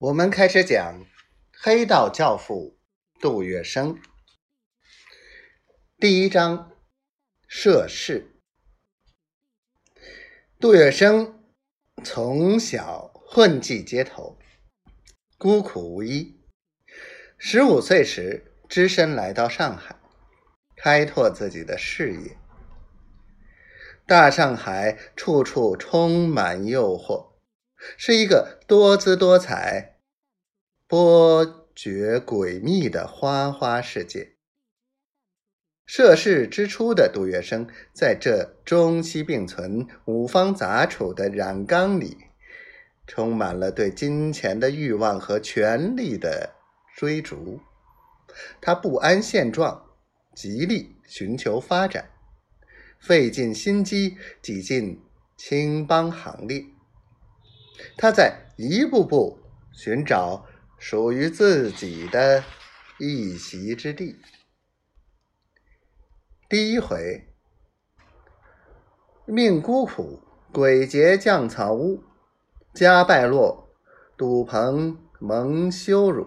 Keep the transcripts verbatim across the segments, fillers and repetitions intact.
我们开始讲黑道教父杜月笙。第一章，涉世。杜月笙从小混迹街头，孤苦无依。十五岁时只身来到上海，开拓自己的事业。大上海处处充满诱惑，是一个多姿多彩、波谲诡秘的花花世界。涉世之初的杜月笙，在这中西并存、五方杂处的染缸里，充满了对金钱的欲望和权力的追逐。他不安现状，极力寻求发展，费尽心机挤进青帮行列。他在一步步寻找属于自己的一席之地。第一回，命孤苦，鬼节降草屋，家败落，赌棚蒙羞辱。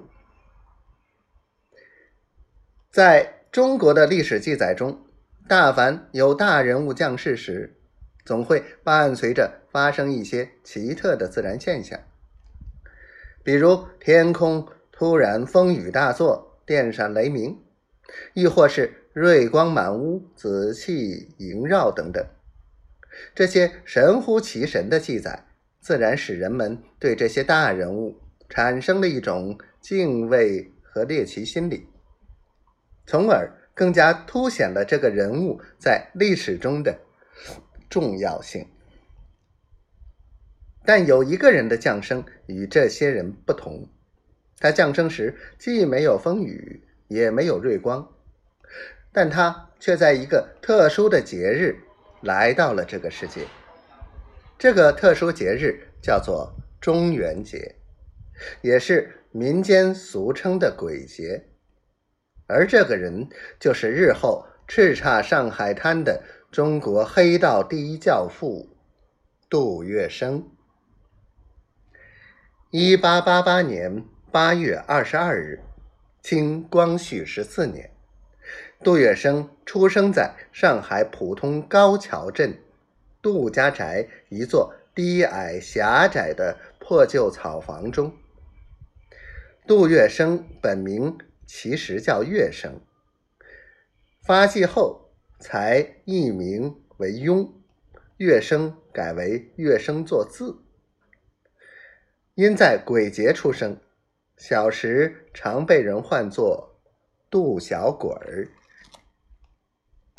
在中国的历史记载中，大凡有大人物降世时，总会伴随着发生一些奇特的自然现象，比如天空突然风雨大作，电闪雷鸣，亦或是瑞光满屋，紫气萦绕等等。这些神乎其神的记载，自然使人们对这些大人物产生了一种敬畏和猎奇心理，从而更加凸显了这个人物在历史中的重要性。但有一个人的降生与这些人不同，他降生时既没有风雨，也没有瑞光，但他却在一个特殊的节日来到了这个世界。这个特殊节日叫做中元节，也是民间俗称的鬼节。而这个人就是日后叱咤上海滩的中国黑道第一教父杜月笙。一八八八年八月二十二日，清光绪十四年，杜月笙出生在上海浦东高桥镇杜家宅一座低矮狭窄的破旧草房中。杜月笙本名其实叫月笙，发迹后才易名为庸，月笙改为月笙作字。因在鬼节出生，小时常被人唤作杜小鬼儿。